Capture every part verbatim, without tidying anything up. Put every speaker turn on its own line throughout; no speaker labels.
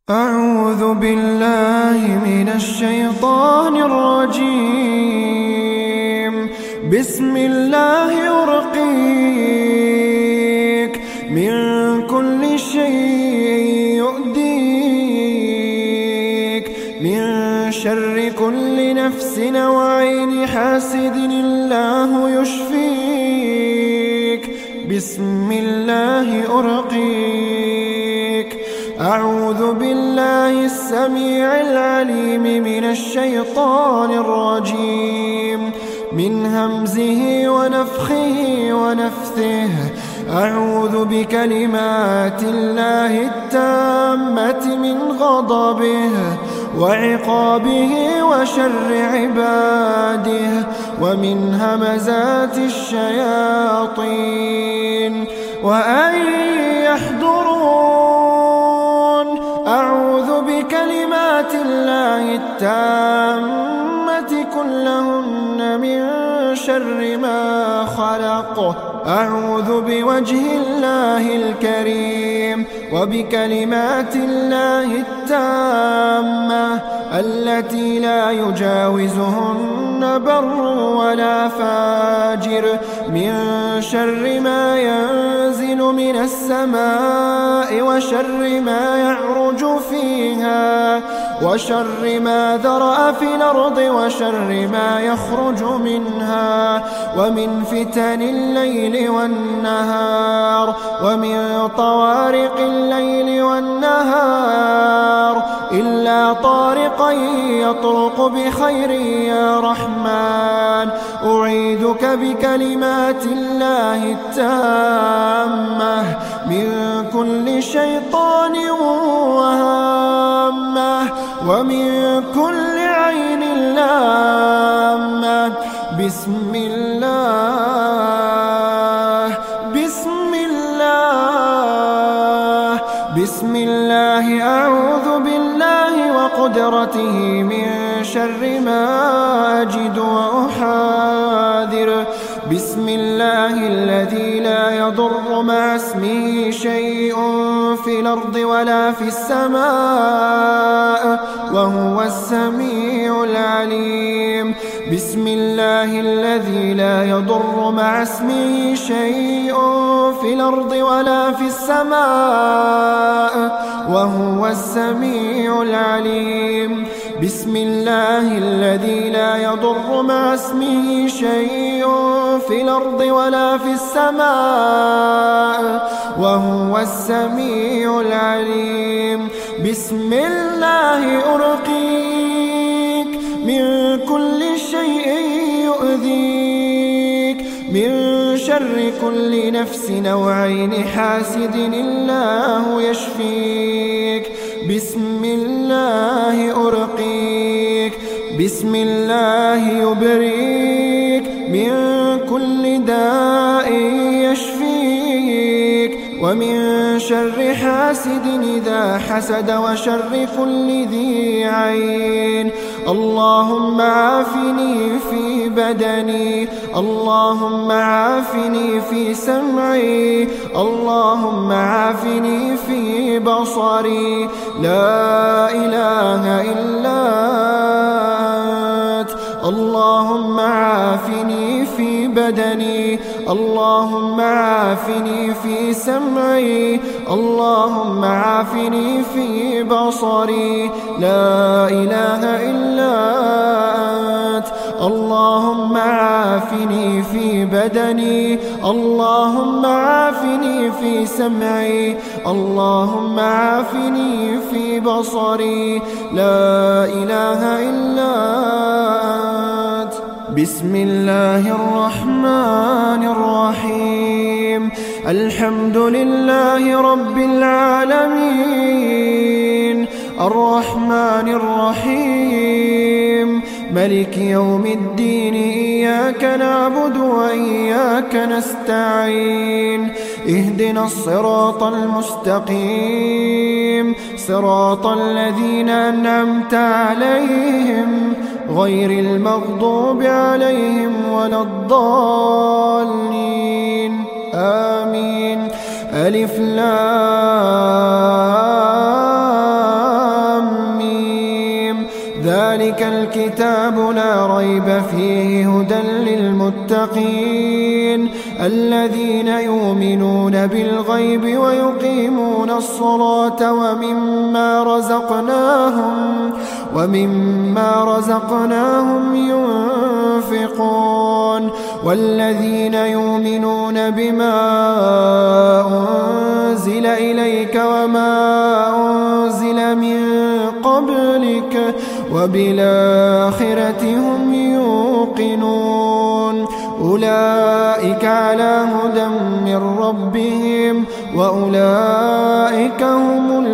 أعوذ بالله من الشيطان الرجيم. بسم الله أرقيك من كل شيء يؤذيك، من شر كل نفس وعين حاسد الله يشفيك. بسم الله أرقيك. أعوذ بالله السميع العليم من الشيطان الرجيم، من همزه ونفخه ونفثه. أعوذ بكلمات الله التامة من غضبه وعقابه وشر عباده ومن همزات الشياطين وأن يحضرون. أعوذ بكلمات الله التامة كلهن من شر ما خلق. أعوذ بوجه الله الكريم وبكلمات الله التامة التي لا يجاوزهن بر ولا فاجر، من شر ما ينزل من السماء وشر ما يعرج فيها وشر ما ذرأ في الأرض وشر ما يخرج منها، ومن فتن الليل والنهار ومن طوارق الليل والنهار، إلا طارقا يطرق بخير يا رحمن. أعيذك بكلمات الله التامة من كل شيطان وهامة ومن كل عين لامة. بسم الله بسم الله بسم الله. أعوذ بالله وقدرته من شر ما أجد وأحاذر. بسم الله الذي لا يضر مع اسمه شيء في الأرض ولا في السماء وهو السميع العليم. بسم الله الذي لا يضر مع اسمه شيء في الأرض ولا في السماء وهو السميع العليم. بسم الله الذي لا يضر مع اسمه شيء في الأرض ولا في السماء وهو السميع العليم. بسم الله أرقيك من كل شيء يؤذيك، من شر كل نفس وعين حاسد الله يشفيك. بسم الله أرقيك. بسم الله يبريك من كل داء يشفيك، ومن شر حاسد إذا حسد وشر كل ذي عين. اللهم عافني في بدني، اللهم عافني في سمعي، اللهم عافني في بصري. لا إله إلا أنت. اللهم عافني في بدني، اللهم عافني في سمعي، اللهم عافني في بصري. لا إله إلا أنت. اللهم عافني في بدني، اللهم عافني في سمعي، اللهم عافني في بصري. لا إله إلا أنت. بسم الله الرحمن الرحيم. الحمد لله رب العالمين، الرحمن الرحيم، ملك يوم الدين. إياك نعبد وإياك نستعين. اهدنا الصراط المستقيم، صراط الذين أنعمت عليهم غير المغضوب عليهم ولا الضالين. آمين. ألف لام ذلك الكتاب لا ريب فيه هدى للمتقين الذين يؤمنون بالغيب ويقيمون الصلاة ومما رزقناهم ومما رزقناهم ينفقون والذين يؤمنون بما أنزل إليك وما أنزل من قبلك وبالآخرة هم يوقنون أولئك على هدى من ربهم وأولئك هم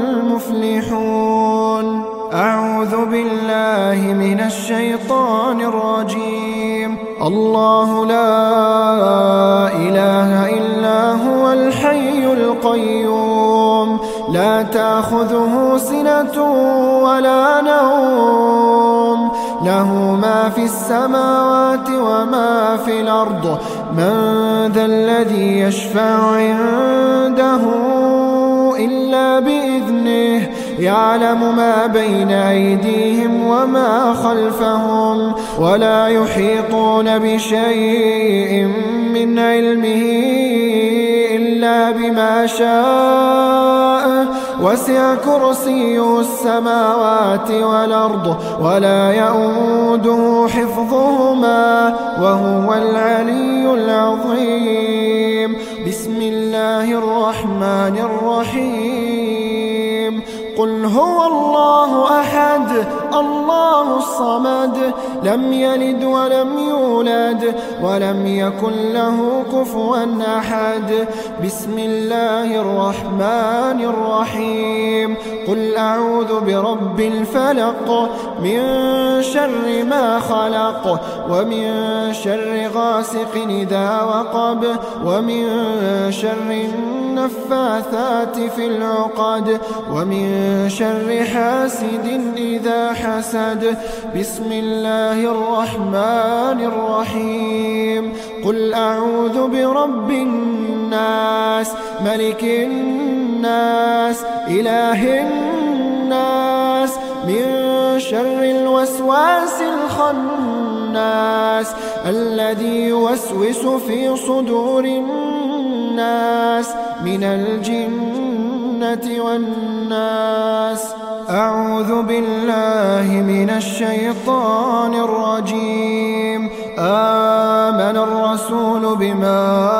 المفلحون. أعوذ بالله من الشيطان الرجيم. الله لا إله إلا هو الحي القيوم لا تأخذه سنة ولا نوم له ما في السماوات وما في الأرض من ذا الذي يشفع عنده إلا بإذنه يعلم ما بين أيديهم وما خلفهم ولا يحيطون بشيء من علمه إلا بما شاء وسع كرسيه السماوات والأرض ولا يؤوده حفظهما وهو العلي العظيم. بسم الله الرحمن الرحيم. قل هو الله أحد الله الصمد لم يلد ولم يولد ولم يكن له كفوا أحد. بسم الله الرحمن الرحيم. قل أعوذ برب الفلق من شر ما خلق ومن شر غاسق إذا وقب ومن شر النفاثات في العقد ومن شر حاسد إذا حسد. بسم الله الرحمن الرحيم. قل أعوذ برب الناس ملك الناس إله الناس من شر الوسواس الخناس الذي يوسوس في صدور الناس من الجنة والناس. أعوذ بالله من الشيطان الرجيم. آمن الرسول بما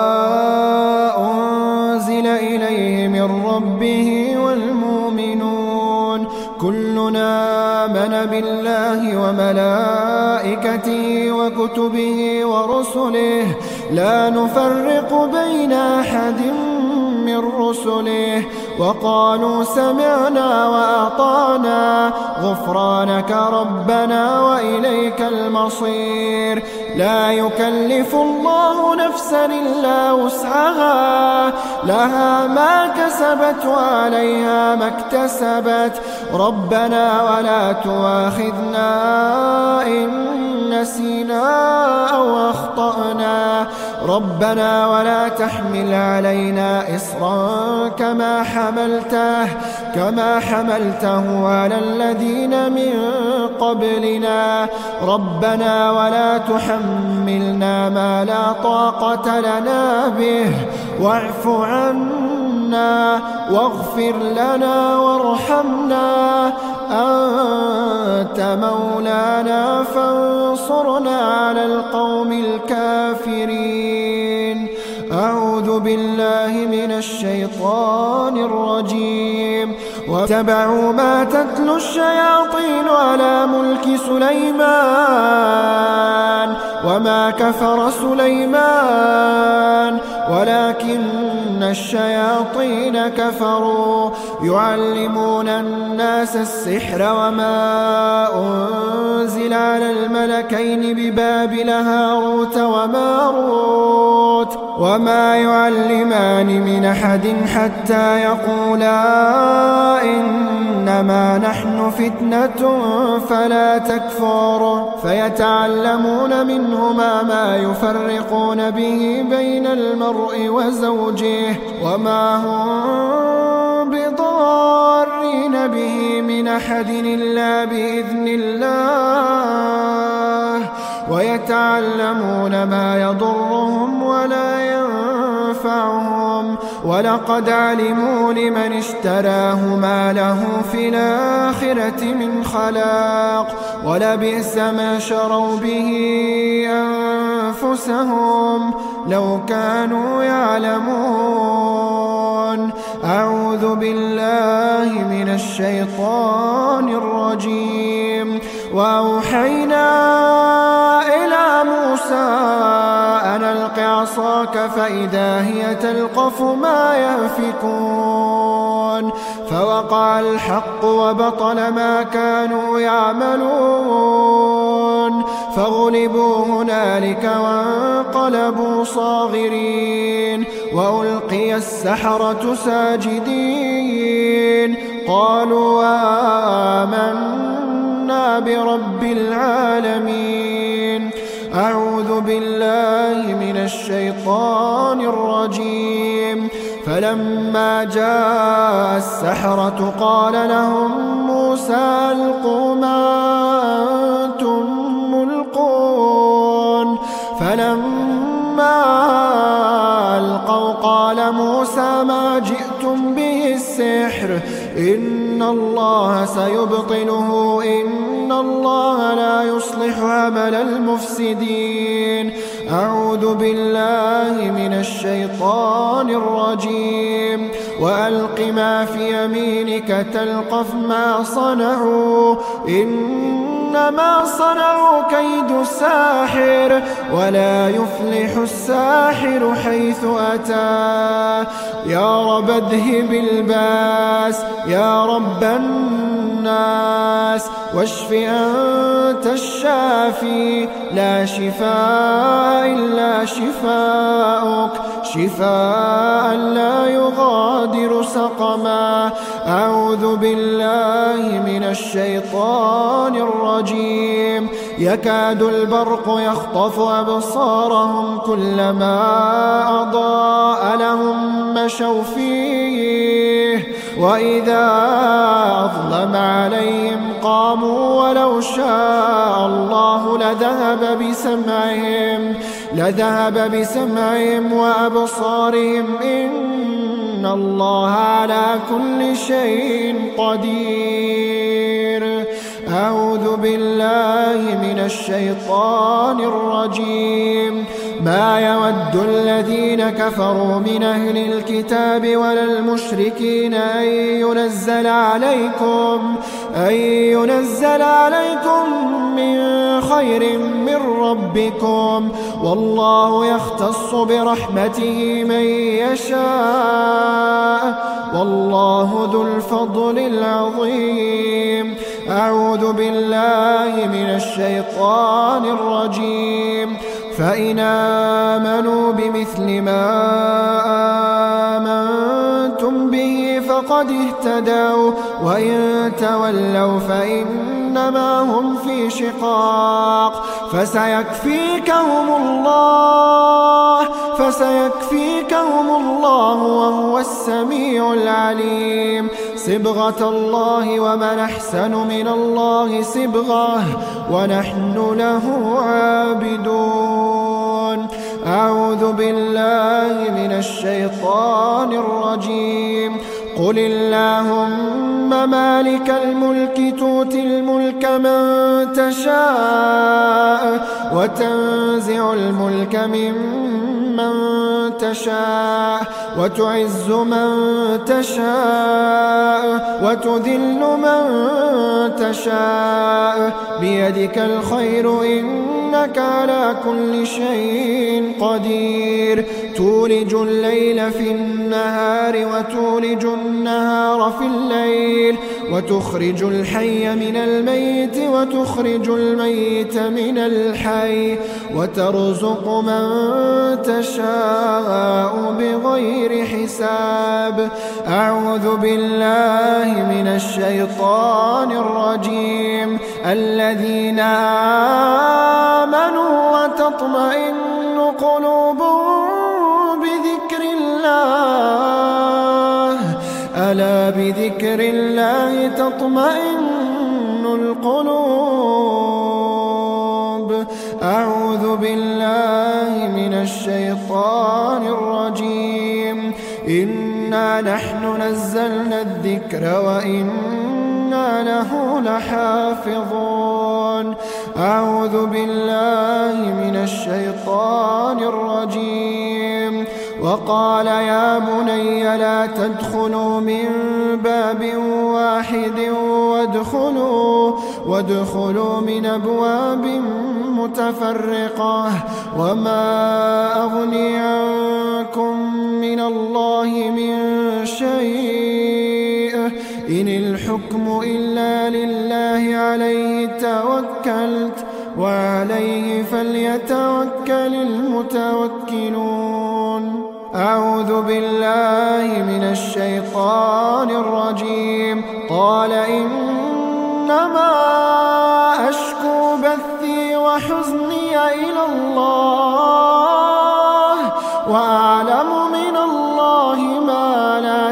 أنزل إليه من ربه والمؤمنون كلنا آمن بالله وملائكته وكتبه ورسله لا نفرق بين أحد من رسله وقالوا سمعنا وأطعنا غفرانك ربنا وإليك المصير. لا يكلف الله نفسا إلا وسعها لها ما كسبت وعليها ما اكتسبت ربنا ولا تؤاخذنا إن نسينا أو أخطأنا ربنا ولا تحمل علينا إصرا كما حملته كما حملته على الذين من قبلنا ربنا ولا تحملنا ما لا طاقة لنا به واعف عنا واغفر لنا وارحمنا أنت مولانا فانصرنا على القوم الكافرين. أعوذ بالله من الشيطان الرجيم. واتبعوا ما تتلو الشياطين على ملك سليمان وما كفر سليمان ولكن الشياطين كفروا يعلمون الناس السحر وما أنزل على الملكين ببابل هاروت وماروت وما يعلمان من أحد حتى يقولا إنما نحن فتنة فلا تكفر فيتعلمون منهما ما يفرقون به بين المرء وزوجه وما هم بضارين به من أحد إلا بإذن الله ويتعلمون ما يضرهم ولا ينفعهم ولقد علموا لمن اشتراه ما له في الآخرة من خلاق ولبئس ما شروا به أنفسهم لو كانوا يعلمون. أعوذ بالله من الشيطان الرجيم. وأوحينا إلى موسى أن ألق عصاك فإذا هي تلقف ما يأفكون فوقع الحق وبطل ما كانوا يعملون فغلبوا هنالك وانقلبوا صاغرين وألقي السحرة ساجدين قالوا آمنا برب العالمين. أعوذ بالله من الشيطان الرجيم. فلما جاء السحرة قال لهم موسى ألقوا ما أنتم ملقون فلما ألقوا قال موسى ما جئتم به السحر إن الله سيبطله إن الله لا يصلح عمل المفسدين. أعوذ بالله من الشيطان الرجيم. وألق ما في يمينك تلقف ما صنعوا إنما صنعوا كيد ساحر ولا يفلح الساحر حيث أتى. يا رب اذهب الباس يا رب الناس واشف أنت الشافي لا شفاء إلا شفاؤك شفاء لا يغادر سقما. أعوذ بالله من الشيطان الرجيم. يكاد البرق يخطف أبصارهم كلما أضاء لهم مشوا فيه وإذا أظلم عليهم قاموا ولو شاء الله لذهب بسمعهم لذهب بسمعهم وأبصارهم إن الله على كل شيء قدير. أعوذ بالله من الشيطان الرجيم. ما يود الذين كفروا من أهل الكتاب ولا المشركين أن ينزل عليكم أن ينزل عليكم من خير من ربكم والله يختص برحمته من يشاء والله ذو الفضل العظيم. أعوذ بالله من الشيطان الرجيم. فإن آمنوا بمثل ما آمنتم به فقد اهتدوا وإن تولوا فإنما هم في شقاق فسيكفيكهم الله فسيكفيكهم الله وهو السميع العليم. صبغة الله ومن أحسن من الله صبغة ونحن له عابدون. أعوذ بالله من الشيطان الرجيم. قل اللهم مالك الملك تؤتي الملك من تشاء وتنزع الملك ممن تشاء وتعز من تشاء وتذل من تشاء بيدك الخير إنك على كل شيء قدير. تولج الليل في النهار وتولج النهار في الليل وتخرج الحي من الميت وتخرج الميت من الحي وترزق من تشاء بغير حساب. أعوذ بالله من الشيطان الرجيم. الذين آمنوا وتطمئن قلوبهم بذكر الله ألا بذكر بذكر الله تطمئن القلوب. أعوذ بالله من الشيطان الرجيم. إنا نحن نزلنا الذكر وإنا له لحافظون. أعوذ بالله من الشيطان الرجيم. وقال يا بني لا تدخلوا من باب واحد وادخلوا, وادخلوا من أبواب متفرقة وما أغني عنكم من الله من شيء إن الحكم إلا لله عليه توكلت وعليه فليتوكل المتوكلون. أعوذ بالله من الشيطان الرجيم. قال إنما أشكو بثي وحزني إلى الله وأعلم من الله ما لا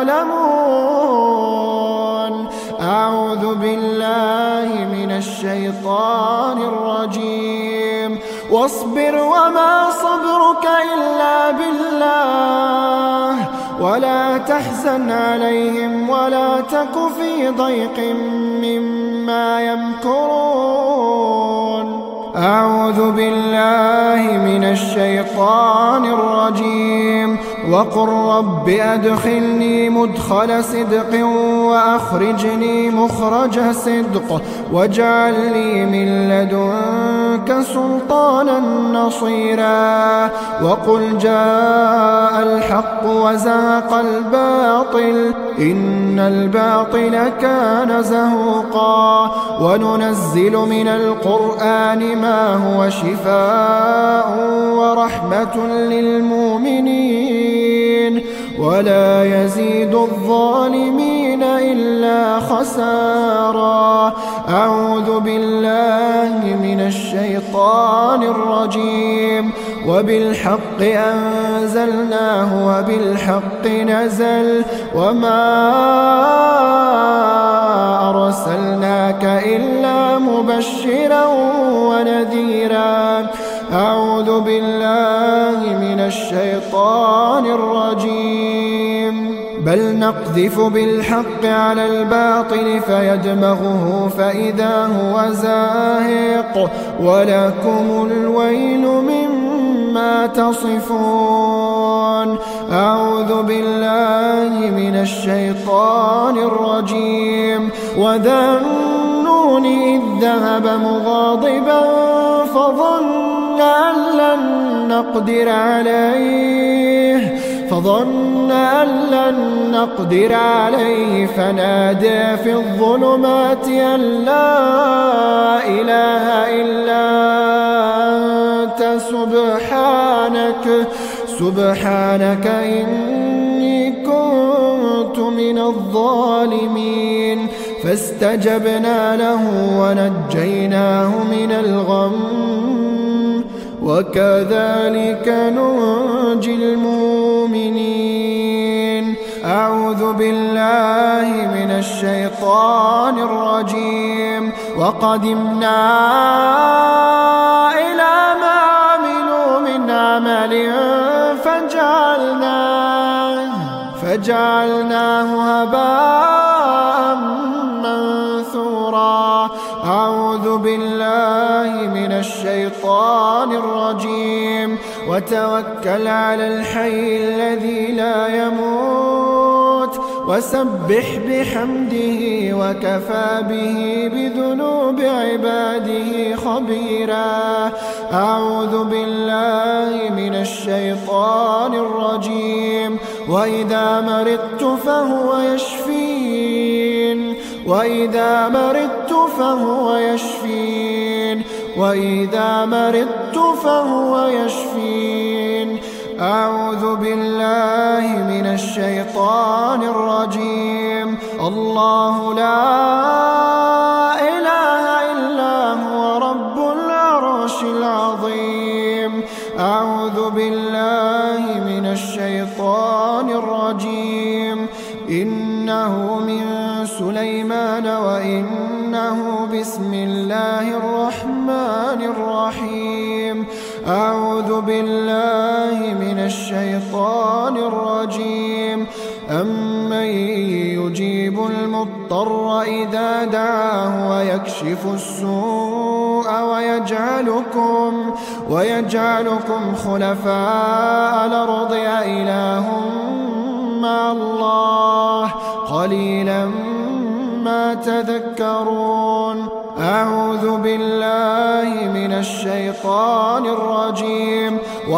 تعلمون. أعوذ بالله من الشيطان الرجيم. واصبر وما صبرك إلا بالله ولا تحزن عليهم ولا تك في ضيق مما يمكرون. أعوذ بالله من الشيطان الرجيم. وقل رب أدخلني مدخل صدق وأخرجني مخرج صدق واجعل لي من لدنك سلطانا نصيرا. وقل جاء الحق وزهق الباطل إن الباطل كان زهوقا. وننزل من القرآن ما هو شفاء ورحمة للمؤمنين ولا يزيد الظالمين إلا خسارا. أعوذ بالله من الشيطان الرجيم. وبالحق أنزلناه وبالحق نزل وما أرسلناك إلا مبشرا ونذيرا. أعوذ بالله من الشيطان الرجيم. بل نقذف بالحق على الباطل فيدمغه فإذا هو زاهق ولكم الويل مما تصفون. أعوذ بالله من الشيطان الرجيم. وذا النون إذ ذهب مغاضبا فظن أن لن نقدر عليه فظن أن لن نقدر عليه فنادى في الظلمات أن لا إله إلا أنت سبحانك سبحانك إني كنت من الظالمين. فاستجبنا له ونجيناه من الغم وكذلك ننجي المؤمنين. أعوذ بالله من الشيطان الرجيم. وقدمنا إلى ما عملوا من عمل فجعلناه فجعلناه هباء منثورا. أعوذ بالله من الشيطان الرجيم. وتوكل على الحي الذي لا يموت وسبح بحمده وكفى به بذنوب عباده خبيرا. أعوذ بالله من الشيطان الرجيم. وإذا مرضت فهو يشفين وإذا مرضت فهو يشفين وإذا مرضت فهو يشفين. أعوذ بالله من الشيطان الرجيم. الله لا إله إلا هو رب العرش العظيم. أعوذ بالله من الشيطان الرجيم. إنه من سليمان وإنه بسم الله الرحمن الرحيم. أعوذ بالله من الشيطان الرجيم. أمن يجيب المضطر إذا دعاه ويكشف السوء ويجعلكم, ويجعلكم خلفاء الأرض أإله مع الله قليلا ما تذكرون. أعوذ بالله من الشيطان الرجيم.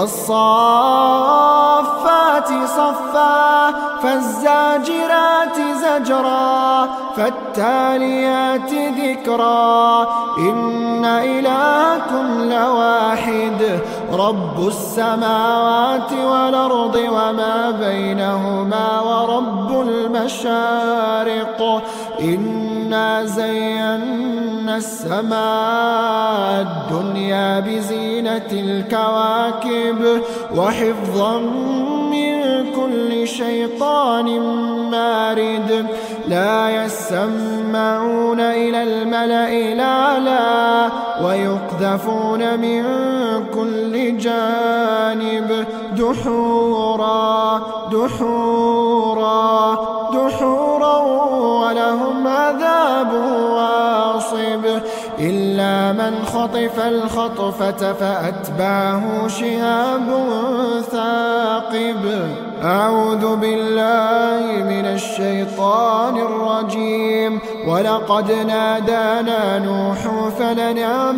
والصافات صفا فالزاجرات زجرا فالتاليات ذكرا إن إلهكم لواحد رب السماوات والأرض وما بينهما ورب المشارق. إنا زينا السماء الدنيا بزينة الكواكب وحفظا من كل شيطان مارد. لا يسمعون إلى الملأ الأعلى ويقذفون من كل جانب دحورا دحورا دحورا ولهم عذاب واصب. إلا من خطف الخطفة فأتبعه شهاب ثاقب. أعوذ بالله من الشيطان الرجيم. ولقد نادانا نوح فلنعم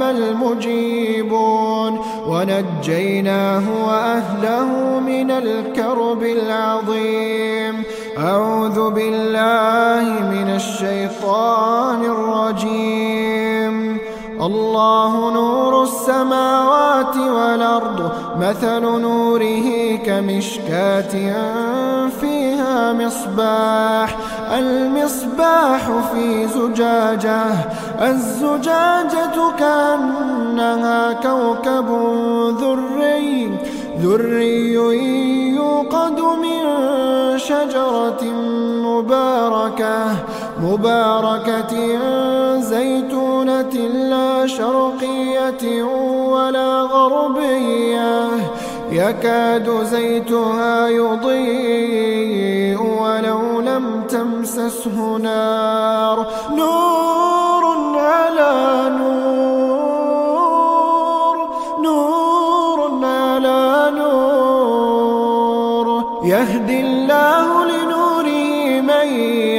المجيبون ونجيناه وأهله من الكرب العظيم. أعوذ بالله من الشيطان الرجيم. الله نور السماوات والأرض مثل نوره كمشكاة فيها مصباح. المصباح في زجاجة الزجاجة كأنها كوكب ذري ذري يوقد من شجرة مباركة مباركة زيتونة لا شرقية ولا غربية يكاد زيتها يضيء ولو لم تمسسه نار. نور على نور نور على نور يهدي الله لنوره من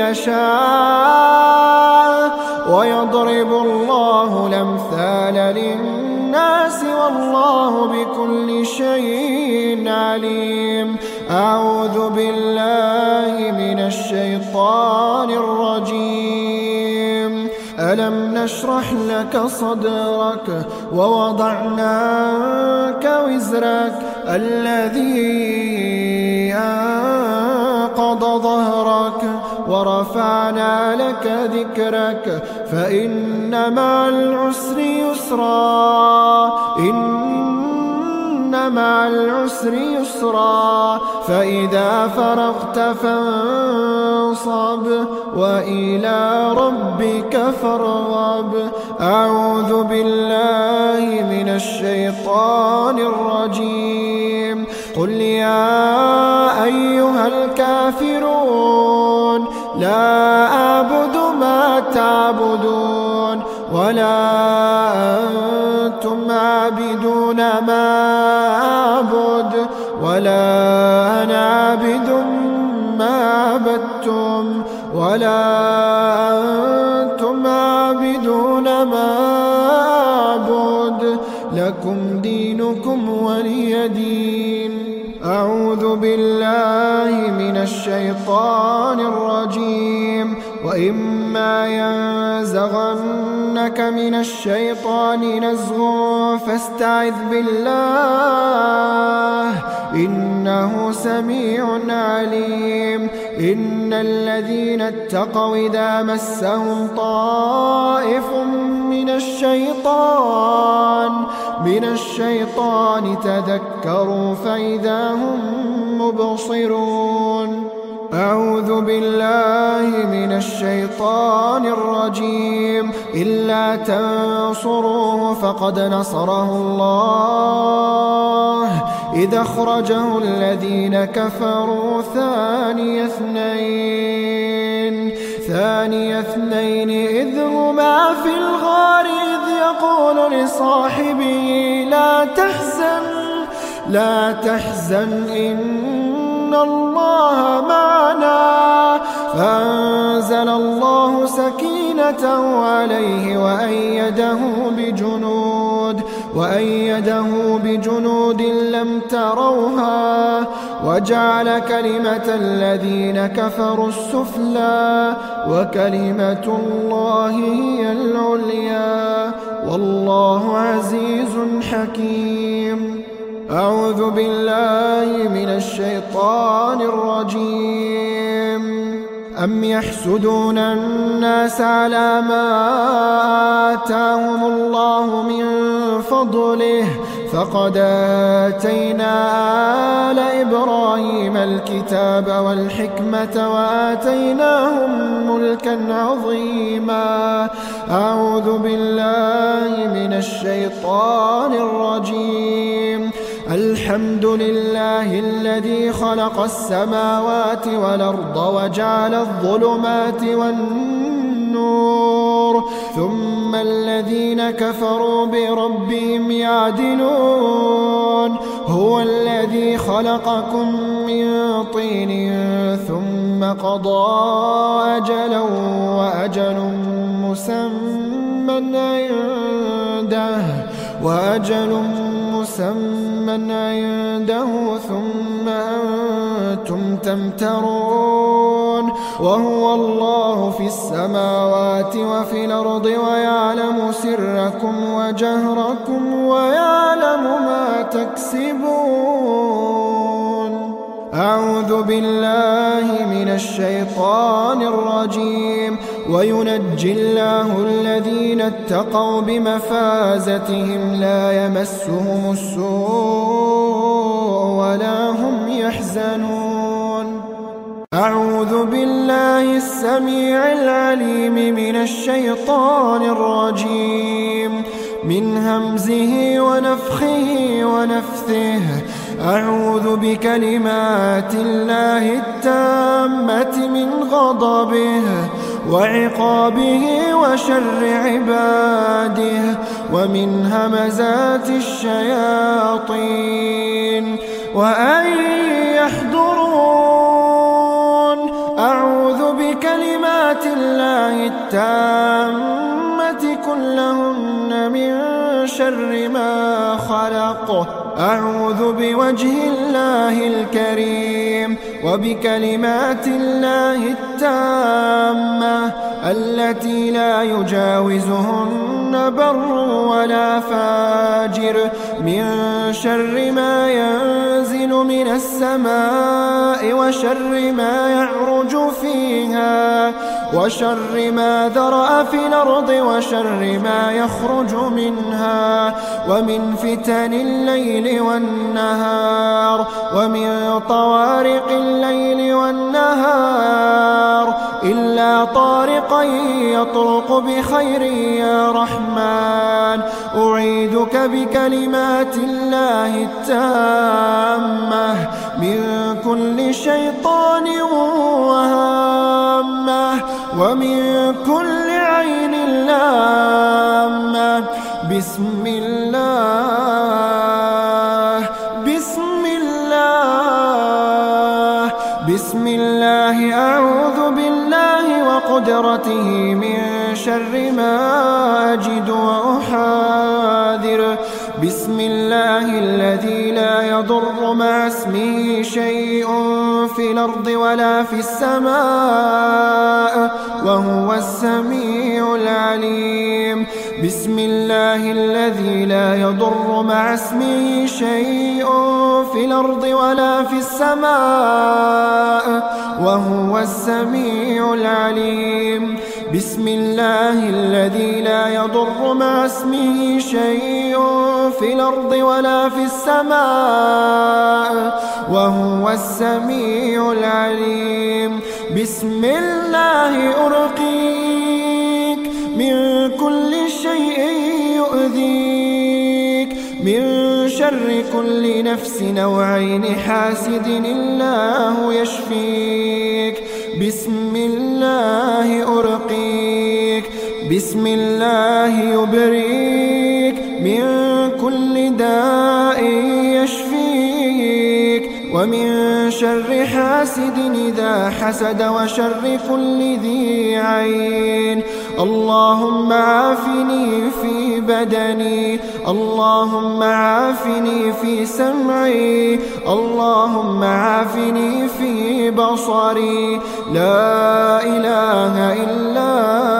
يشاء ويضرب الله الأمثال للناس والله بكل شيء عليم. أعوذ بالله من الشيطان الرجيم. ألم نشرح لك صدرك ووضعناك وزرك الذي أنقض ظهرك ورفعنا لك ذكرك فإن مع العسر يسرا إن مع العسر يسرا فإذا فرغت فانصب وإلى ربك فارغب. أعوذ بالله من الشيطان الرجيم. قل يا أيها الكافرون لا أعبد ما تعبدون ولا أنتم عابدون ما أعبد ولا أنا عابد ما عبدتم ولا أنتم عابدون ما أعبد لكم دينكم ولي دين. أعوذ بالله من الشيطان الرجيم. وإما ينزغنك من الشيطان نزغ فاستعذ بالله إنه سميع عليم. إن الذين اتقوا إذا مسهم طائف من الشيطان من الشيطان تذكروا فإذا هم مبصرون. أعوذ بالله من الشيطان الرجيم. إلا تنصروه فقد نصره الله إذ أخرجه الذين كفروا ثاني اثنين ثاني اثنين إذ هما في الغار إذ يقول لصاحبه لا تحزن لا تحزن إن الله معنا، فأنزل الله سكينته عليه وأيده بجنود وأيده بجنود لم تروها وجعل كلمة الذين كفروا السفلى وكلمة الله هي العليا والله عزيز حكيم. أعوذ بالله من الشيطان الرجيم. أم يحسدون الناس على ما آتاهم الله من فضله فقد آتينا آل إبراهيم الكتاب والحكمة وآتيناهم ملكا عظيما. أعوذ بالله من الشيطان الرجيم. الحمد لله الذي خلق السماوات والأرض وجعل الظلمات والنور ثم الذين كفروا بربهم يعدلون. هو الذي خلقكم من طين ثم قضى أجلا وأجل مسمى عنده وأجل مسمى عنده ثم أنتم تمترون. وهو الله في السماوات وفي الأرض ويعلم سركم وجهركم ويعلم ما تكسبون. أعوذ بالله من الشيطان الرجيم. وينجي الله الذين اتقوا بمفازتهم لا يمسهم السوء ولا هم يحزنون. أعوذ بالله السميع العليم من الشيطان الرجيم من همزه ونفخه ونفثه. أعوذ بكلمات الله التامة من غضبه وعقابه وشر عباده ومن همزات الشياطين وأن يحضرون. أعوذ بكلمات الله التامة كلهن من شر ما خلق. أعوذ بوجه الله الكريم وبكلمات الله التامة التي لا يجاوزهن بر ولا فاجر من شر ما ينزل من السماء وشر ما يعرج فيها وشر ما ذرأ في الأرض وشر ما يخرج منها ومن فتن الليل والنهار ومن طوارق الليل والنهار إلا طارقا يطرق بخير يا رحمن. أعيذك بكلمات الله التامة من كل شيطان وهامة ومن كل عين لامة. بسم الله بسم الله بسم الله. أعوذ بالله وقدرته من شر ما أجد وأحاذر. بسم الله الذي لا يضر مع اسمه شيء في الأرض ولا في السماء وهو السميع العليم. بسم الله الذي لا يضر مع اسمه شيء في الأرض ولا في السماء وهو السميع العليم. بسم الله الذي لا يضر مع اسمه شيء في الأرض ولا في السماء وهو السميع العليم. بسم الله أرقيك من كل شيء يؤذيك، من شر كل نفس أو عين حاسد الله يشفيك. بسم الله أرقيك، بسم الله يبريك من كل داء يشفيك، ومن شر حاسد إذا حسد وشر كل ذي عين. اللهم عافني في بدني، اللهم عافني في سمعي، اللهم عافني في بصري. لا إله إلا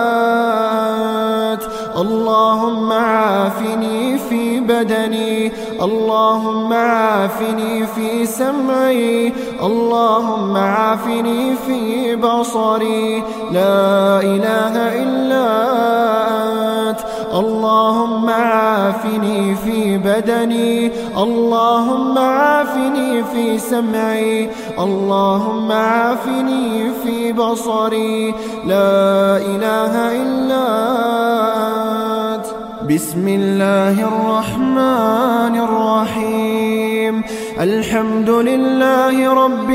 أنت. اللهم عافني في بدني، اللهم عافني في سمعي، اللهم عافني في بصري. لا إله إلا أنت. اللهم عافني في بدني، اللهم عافني في سمعي، اللهم عافني في بصري. لا إله إلا أنت. بسم الله الرحمن الرحيم. الحمد لله رب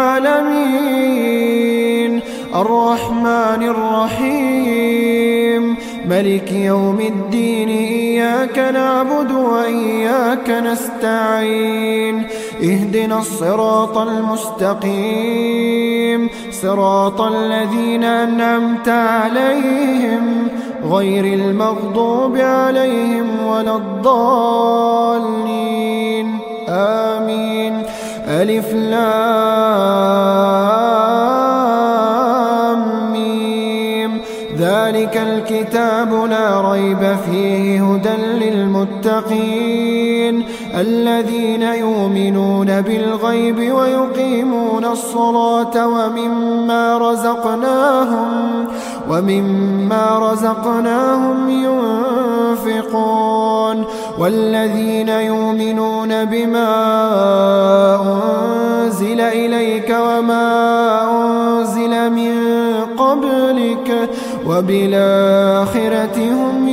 العالمين، الرحمن الرحيم، ملك يوم الدين. إياك نعبد وإياك نستعين. اهدنا الصراط المستقيم، صراط الذين أنعمت عليهم غير المغضوب عليهم ولا الضالين. آمين. ألف لام ميم. ذلك الكتاب لا ريب فيه هدى للمتقين الذين يؤمنون بالغيب ويقيمون الصلاة ومما رزقناهم ومما رزقناهم ينفقون. والذين يؤمنون بما أنزل إليك وما أنزل من قبلك وبالآخرة هم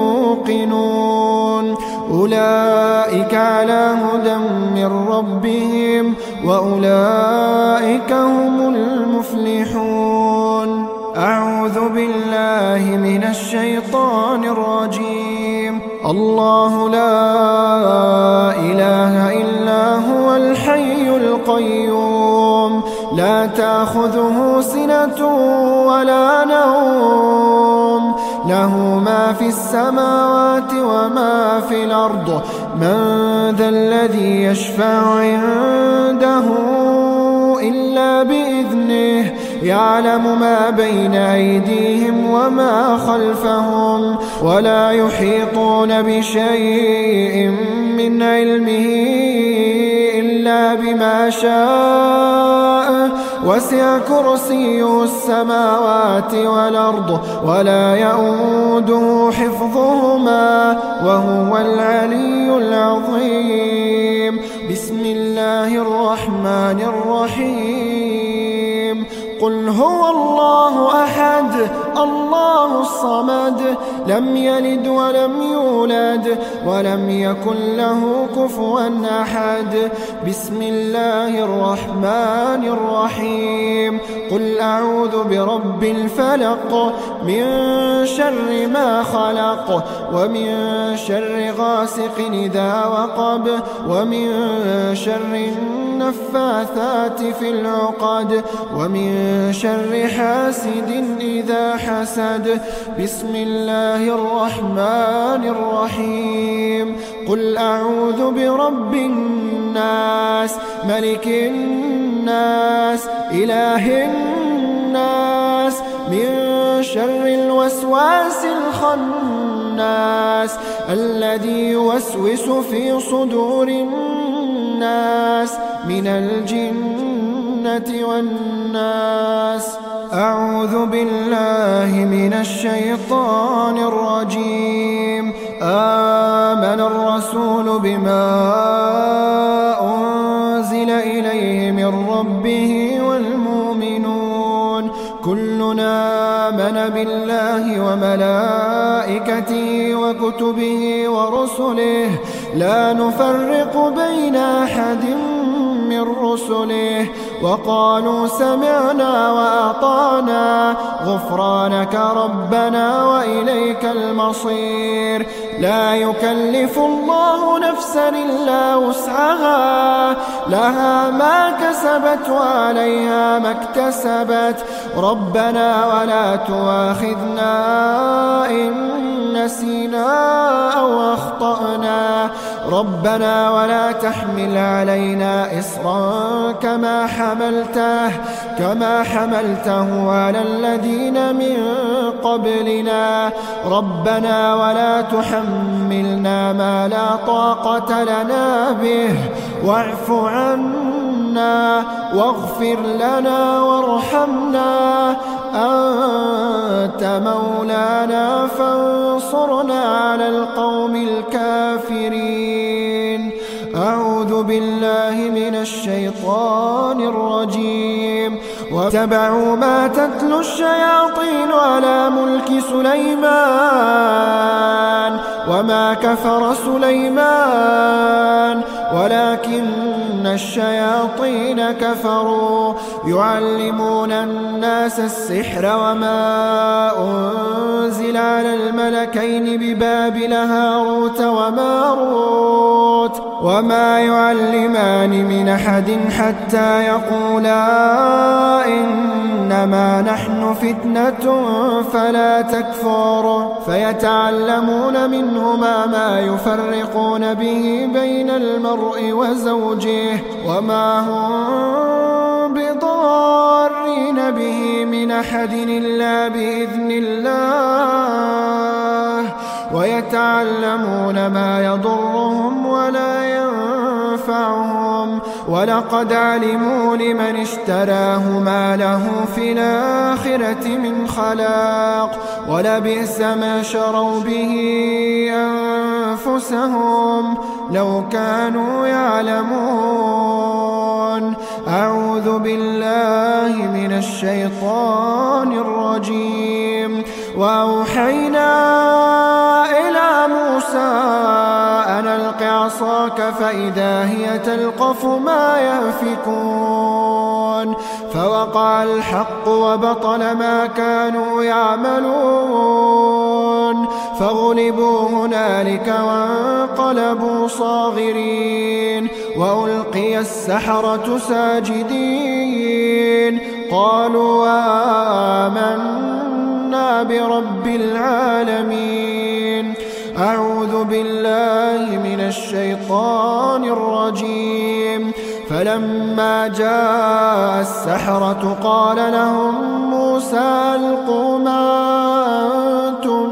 يوقنون. أولئك على هدى من ربهم وأولئك هم المفلحون. أعوذ بالله من الشيطان الرجيم. الله لا إله إلا هو الحي القيوم، لا تأخذه سنة ولا نوم، له ما في السماوات وما في الأرض. من ذا الذي يشفع عنده إلا بإذنه، يعلم ما بين أيديهم وما خلفهم، ولا يحيطون بشيء من علمه إلا بما شاء. وسع كرسيه السماوات والأرض ولا يؤوده حفظهما وهو العلي العظيم. بسم الله الرحمن الرحيم. قل هو الله أحد الله الصمد، لم يلد ولم يولد ولم يكن له كفوا أحد. بسم الله الرحمن الرحيم. قل أعوذ برب الفلق، من شر ما خلق، ومن شر غاسق إذا وقب، ومن شر النفاثات في العقد، ومن شر حاسد إذا حسد. بسم الله الرحمن الرحيم. قل أعوذ برب الناس، ملك الناس، إله الناس، من شر الوسواس الخناس الذي يوسوس في صدور الناس من الجنة والناس. أعوذ بالله من الشيطان الرجيم. آمن الرسول بما أنزل إليه بالله وملائكته وكتبه ورسله لا نفرق بين أحد من رسله وقالوا سمعنا وأطعنا غفرانك ربنا وإليك المصير. لا يكلف الله نفسا إلا وسعها لها ما كسبت وعليها ما اكتسبت ربنا ولا تؤاخذنا إن نسينا أو أخطأنا ربنا ولا تحمل علينا إصرا كما حملته كما حملته على الذين من قبلنا ربنا ولا تحملنا ما لا طاقة لنا به واعف عنا واغفر لنا وارحمنا أنت مولانا فانصرنا على القوم الكافرين. أعوذ بالله من الشيطان الرجيم. واتبعوا ما تتلو الشياطين على ملك سليمان وما كفر سليمان ولكن الشياطين كفروا يعلمون الناس السحر وما أنزل على الملكين ببابل هاروت وماروت وما يعلمان من أحد حتى يقولا إنما نحن فتنة فلا تكفر فيتعلمون منهما ما يفرقون به بين المرء وزوجه وما هم بضارين به من أحد إلا بإذن الله ويتعلمون ما يضرهم ولا ينفعهم ولقد علموا لمن اشتراه ما له في الآخرة من خلاق ولبئس ما شروا به أنفسهم لو كانوا يعلمون. أعوذ بالله من الشيطان الرجيم. وأوحينا إلى موسى أن ألق عصاك فإذا هي تلقف ما يأفكون فوقع الحق وبطل ما كانوا يعملون فغلبوا هنالك وانقلبوا صاغرين وألقي السحرة ساجدين قالوا آمنا برب العالمين. أعوذ بالله من الشيطان الرجيم. فلما جاء السحرة قال لهم موسى ألقوا ما أنتم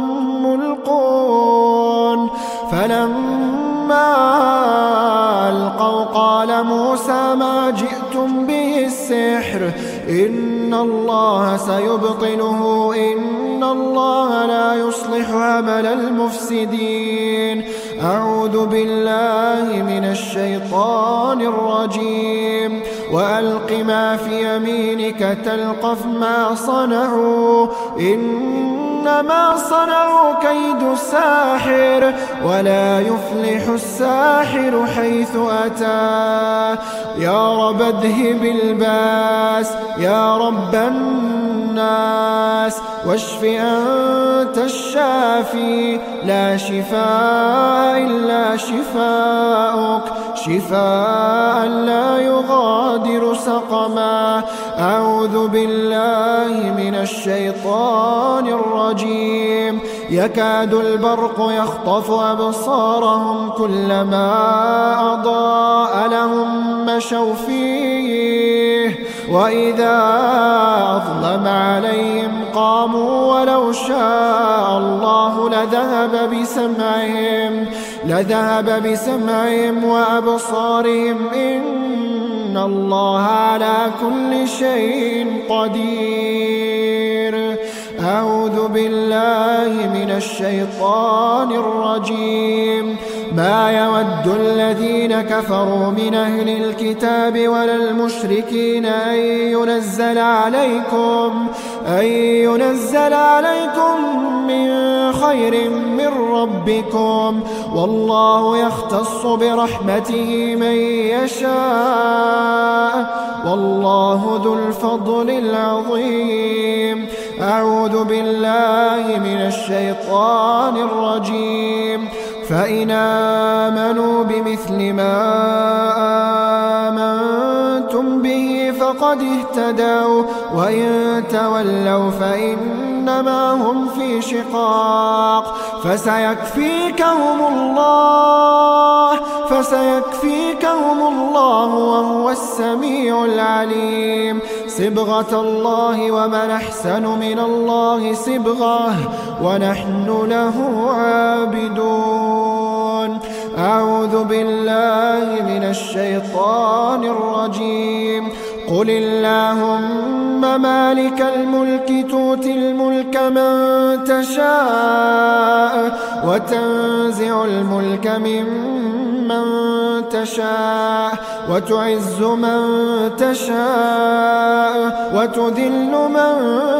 ملقون فلما ألقوا قال موسى ما جئتم به السحر إن الله سيبطله إن الله لا يصلح عمل المفسدين. أعوذ بالله من الشيطان الرجيم. وألق ما في يمينك تلقف ما صنعوا إنما صنعوا كيد ساحر ولا يفلح الساحر حيث أتى. يا رب اذهب الباس يا رب الناس واشف أنت الشافي لا شفاء إلا شفاؤك شفاء لا يغادر سقما. أعوذ بالله من الشيطان الرجيم. يكاد البرق يخطف أبصارهم كلما أضاء لهم مشوا فيه وإذا أظلم عليهم قاموا ولو شاء الله لذهب بسمعهم لذهب بسمعهم وأبصارهم إن الله على كل شيء قدير. أعوذ بالله من الشيطان الرجيم. ما يود الذين كفروا من أهل الكتاب ولا المشركين أن ينزل عليكم أن ينزل عليكم من خير من ربكم، والله يختص برحمته من يشاء، والله ذو الفضل العظيم. أعوذ بالله من الشيطان الرجيم. فإن آمنوا بمثل ما آمنتم به فقد اهتدوا، وإن تولوا فإنما هم في شقاق، فسيكفيكهم الله فسيكفيكهم الله وهو السميع العليم. صبغة الله ومن أحسن من الله صبغة ونحن له عابدون. أعوذ بالله من الشيطان الرجيم. قل اللهم مالك الملك تؤتي الملك من تشاء وتنزع الملك ممن تشاء وتعز من تشاء وتذل من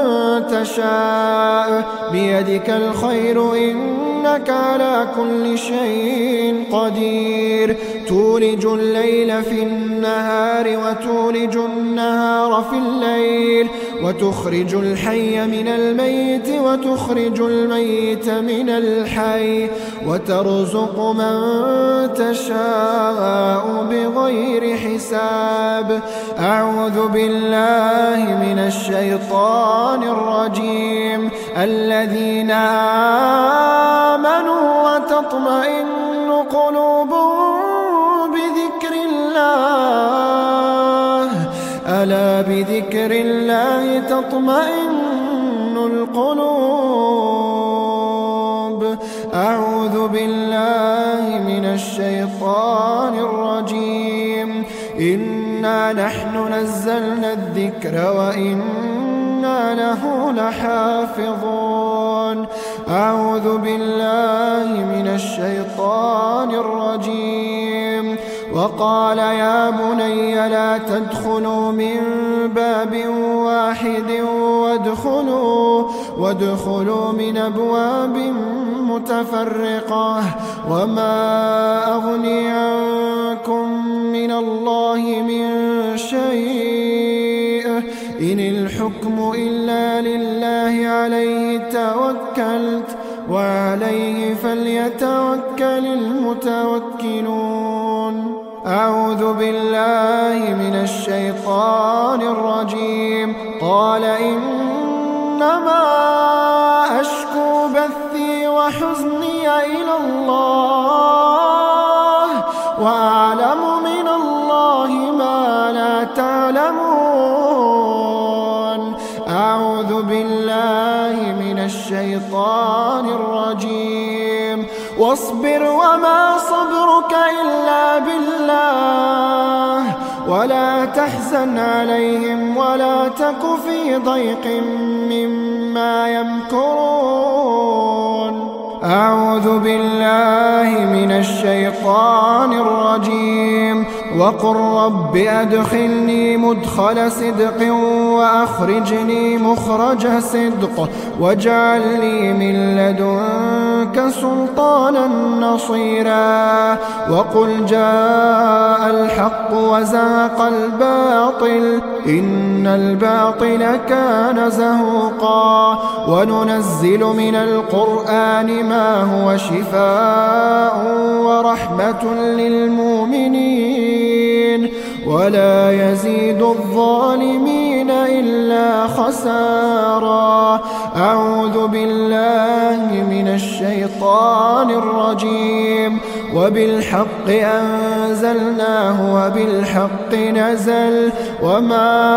تشاء بيدك الخير إنك على كل شيء قدير. تولج الليل في النهار وتولج النهار في الليل وتخرج الحي من الميت وتخرج الميت من الحي وترزق من تشاء بغير حساب. أعوذ بالله من الشيطان الرجيم. الذين آمنوا وتطمئن قلوبهم بذكر الله، ألا بذكر الله تطمئن القلوب. أعوذ بالله من الشيطان الرجيم. إنا نحن نزلنا الذكر وإنا له لحافظون. أعوذ بالله من الشيطان الرجيم. وقال يا بني لا تدخلوا من باب واحد وادخلوا, وادخلوا من أبواب متفرقة وما أغني عنكم من الله من شيء إن الحكم إلا لله عليه توكلت وعليه فليتوكل المتوكلون. أعوذ بالله من الشيطان الرجيم. قال إنما أشكو بثي وحزني إلى الله وأعلم من الله ما لا تعلمون. أعوذ بالله من الشيطان الرجيم. واصبر وما صبرك إلا بالله ولا تحزن عليهم ولا تك في ضيق مما يمكرون. أعوذ بالله من الشيطان الرجيم. وقل رب أدخلني مدخل صدق وأخرجني مخرج صدق واجعل لي من لدنك سلطانا نصيرا. وقل جاء الحق وزهق الباطل إن الباطل كان زهوقا. وننزل من القرآن ما هو شفاء ورحمة للمؤمنين ولا يزيد الظالمين إلا خسارا. أعوذ بالله من الشيطان الرجيم. وبالحق أنزلناه وبالحق نزل وما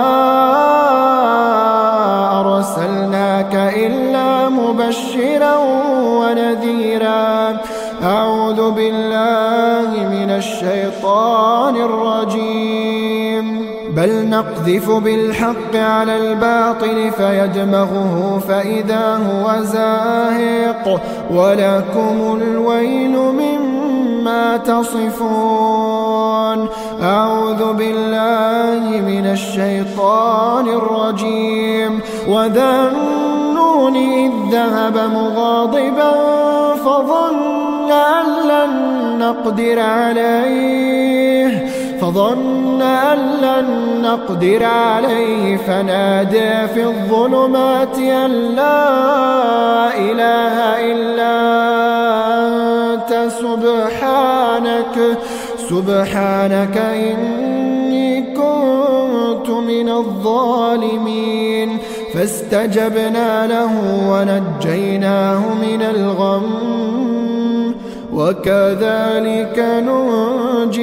أرسلناك إلا مبشرا ونذيرا. أعوذ بالله من الشيطان الرجيم. بل نقذف بالحق على الباطل فيدمغه فإذا هو زاهق ولكم الويل مما ما تصفون. أعوذ بالله من الشيطان الرجيم. وذا النون إذ ذهب مغاضبا فظن أن لن نقدر عليه فظن أن لن نقدر عليه فنادى في الظلمات أن لا إله إلا أنت سبحانك سبحانك إني كنت من الظالمين. فاستجبنا له ونجيناه من الغم وكذلك ننجي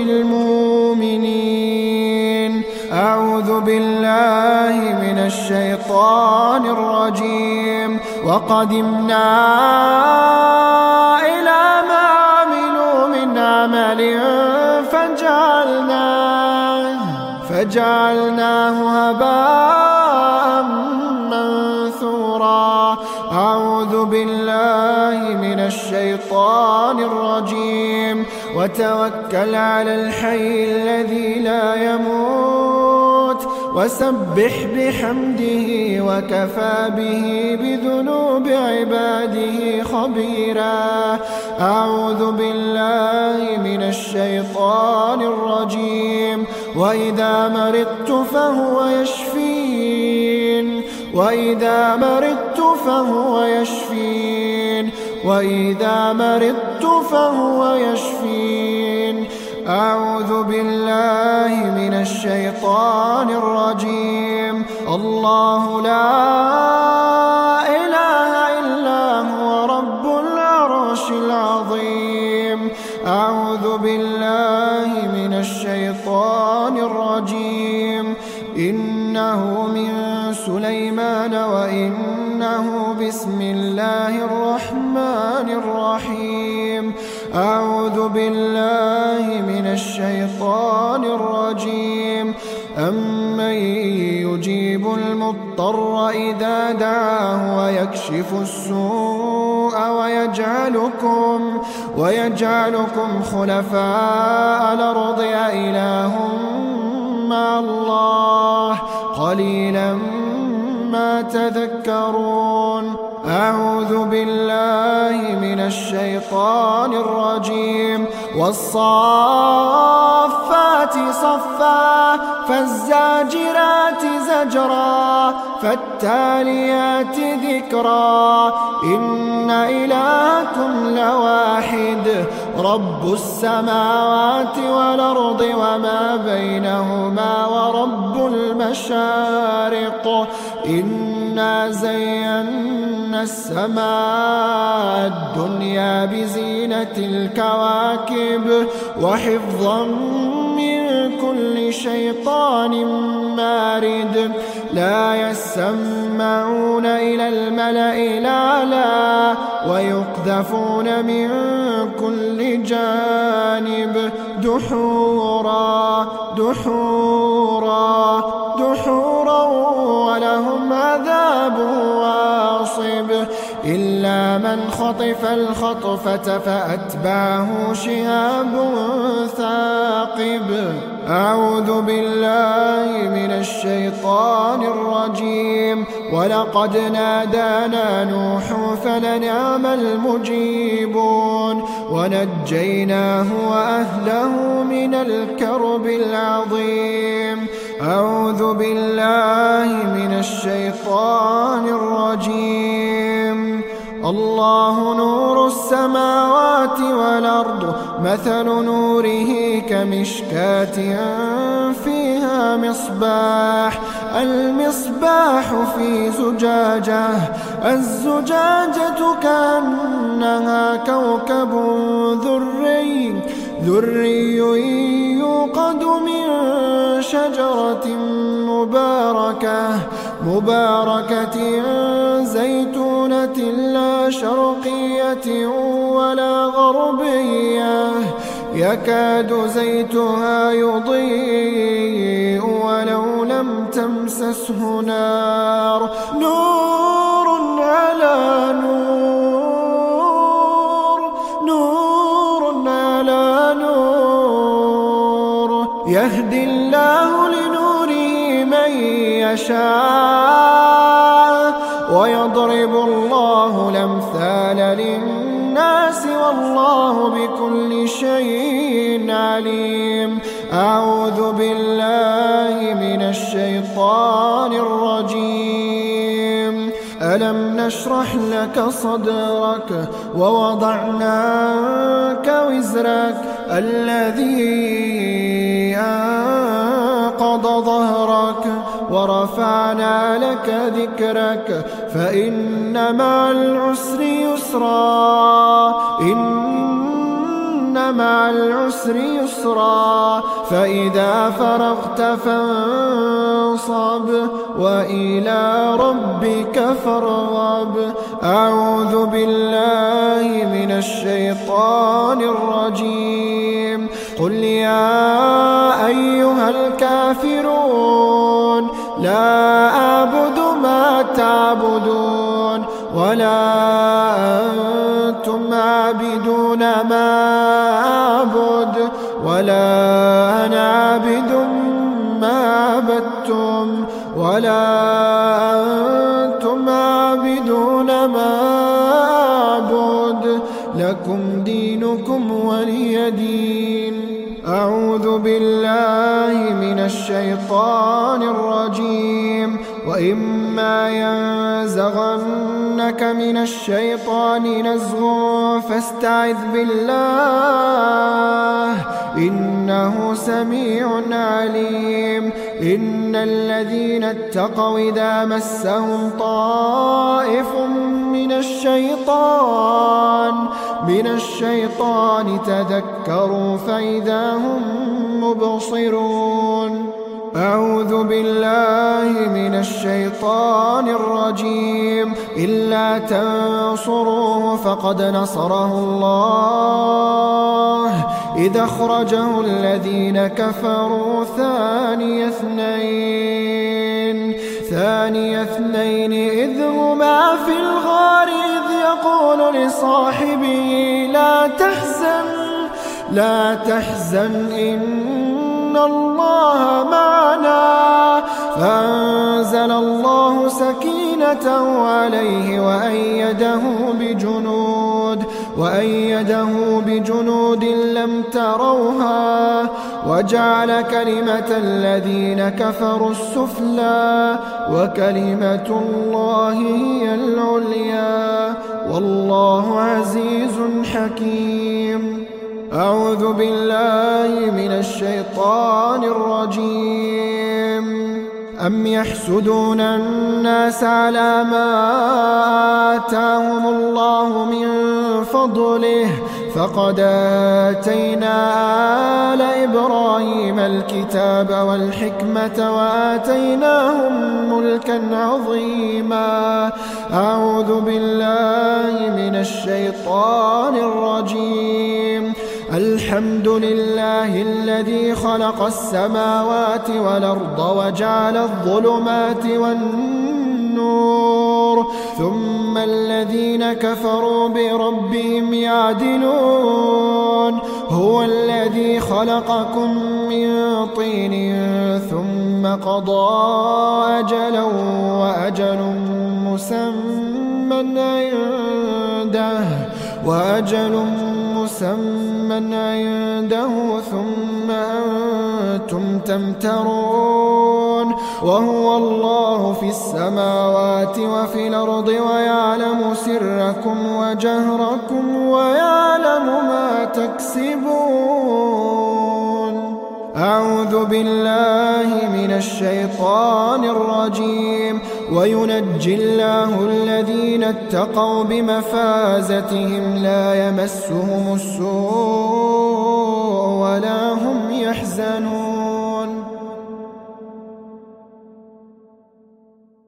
المؤمنين. أعوذ بالله من الشيطان الرجيم. وقدمنا إلى ما عملوا من عمل فجعلناه فجعلناه هباء منثورا. أعوذ بالله من الشيطان الرجيم. وتوكل على الحي الذي لا يموت وسبح بحمده وكفى به بذنوب عباده خبيرا. أعوذ بالله من الشيطان الرجيم. وإذا مرضت فهو يشفين وإذا مرضت فهو يشفين وإذا مرضت فهو يشفين. أعوذ بالله من الشيطان الرجيم. الله لا إله إلا هو رب العرش العظيم. أعوذ بالله من الشيطان الرجيم. إنه من سليمان وإنه بسم الله الرحمن الرحيم. أعوذ بالله من الشيطان الرجيم. أمن يجيب المضطر إذا دعاه ويكشف السوء ويجعلكم ويجعلكم خلفاء الأرض أإله مع الله قليلا ما تذكرون. أعوذ بالله من الشيطان الرجيم. والصافات صفا فالزاجرات زجرا فالتاليات ذكرا. إن إلهكم لواحد رب السماوات والأرض وما بينهما ورب المشارق. إنا زينا السماء الدنيا بزينة الكواكب وحفظا من كل شيطان مارد. لا يسمعون إلى الملأ الأعلى ويقذفون من كل جانب دحورا دحورا دحورا ولهم عذاب واصب. إلا من خطف الخطفة فأتبعه شهاب ثاقب. أعوذ بالله من الشيطان الرجيم. ولقد نادانا نوح فلنعم المجيبون ونجيناه وأهله من الكرب العظيم. أعوذ بالله من الشيطان الرجيم. الله نور السماوات والأرض مثل نوره كمشكاة فيها مصباح. المصباح في زجاجة الزجاجة كأنها كوكب ذري ذري يوقد من شجرة مباركة مباركة زيتونة لا شرقية ولا غربية يكاد زيتها يضيء ولو لم تمسسه نار. نور على نور نور على يهدي الله لنوره من يشاء ويضرب الله الأمثال للناس والله بكل شيء عليم. أعوذ بالله من الشيطان الرجيم. ألم نشرح لك صدرك ووضعنا عنك وزرك الذي أنقض ظهرك ورفعنا لك ذكرك فإن مع العسر يسرا إن مع العسر يسرا فإذا فرغت فانصب وإلى ربك فارغب. أعوذ بالله من الشيطان الرجيم. قل يا أيها الكافرون لا أعبد ما تعبدون ولا أنتم عابدون ما أعبد ولا أنا عابد ما عبدتم ولا أنتم عابدون ما أعبد لكم دينكم ولي دين. أعوذ بالله من الشيطان الرجيم. وإما ينزغنك من الشيطان نزغ فاستعذ بالله إنه سميع عليم. إن الذين اتقوا إذا مسهم طائف من الشيطان من الشيطان تذكروا فإذا هم مبصرون. أعوذ بالله من الشيطان الرجيم. إلا تنصروه فقد نصره الله إذ أخرجه الذين كفروا ثاني اثنين ثاني اثنين إذ هما في الغار إذ يقول لصاحبه لا تحزن لا تحزن إن الله معنا فأنزل الله سكينته عليه وأيده بجنود وأيده بجنود لم تروها وجعل كلمة الذين كفروا السفلى وكلمة الله هي العليا والله عزيز حكيم. أعوذ بالله من الشيطان الرجيم. أم يحسدون الناس على ما آتاهم الله من فضله فقد آتينا آل إبراهيم الكتاب والحكمة وآتيناهم ملكا عظيما. أعوذ بالله من الشيطان الرجيم. الحمد لله الذي خلق السماوات والأرض وجعل الظلمات والنور ثم الذين كفروا بربهم يعدلون. هو الذي خلقكم من طين ثم قضى أجلا وأجل مسمى عنده وأجل مسمى عنده ثم أنتم تمترون. وهو الله في السماوات وفي الأرض ويعلم سركم وجهركم ويعلم ما تكسبون. أعوذ بالله من الشيطان الرجيم. وينجي الله الذين اتقوا بمفازتهم لا يمسهم السوء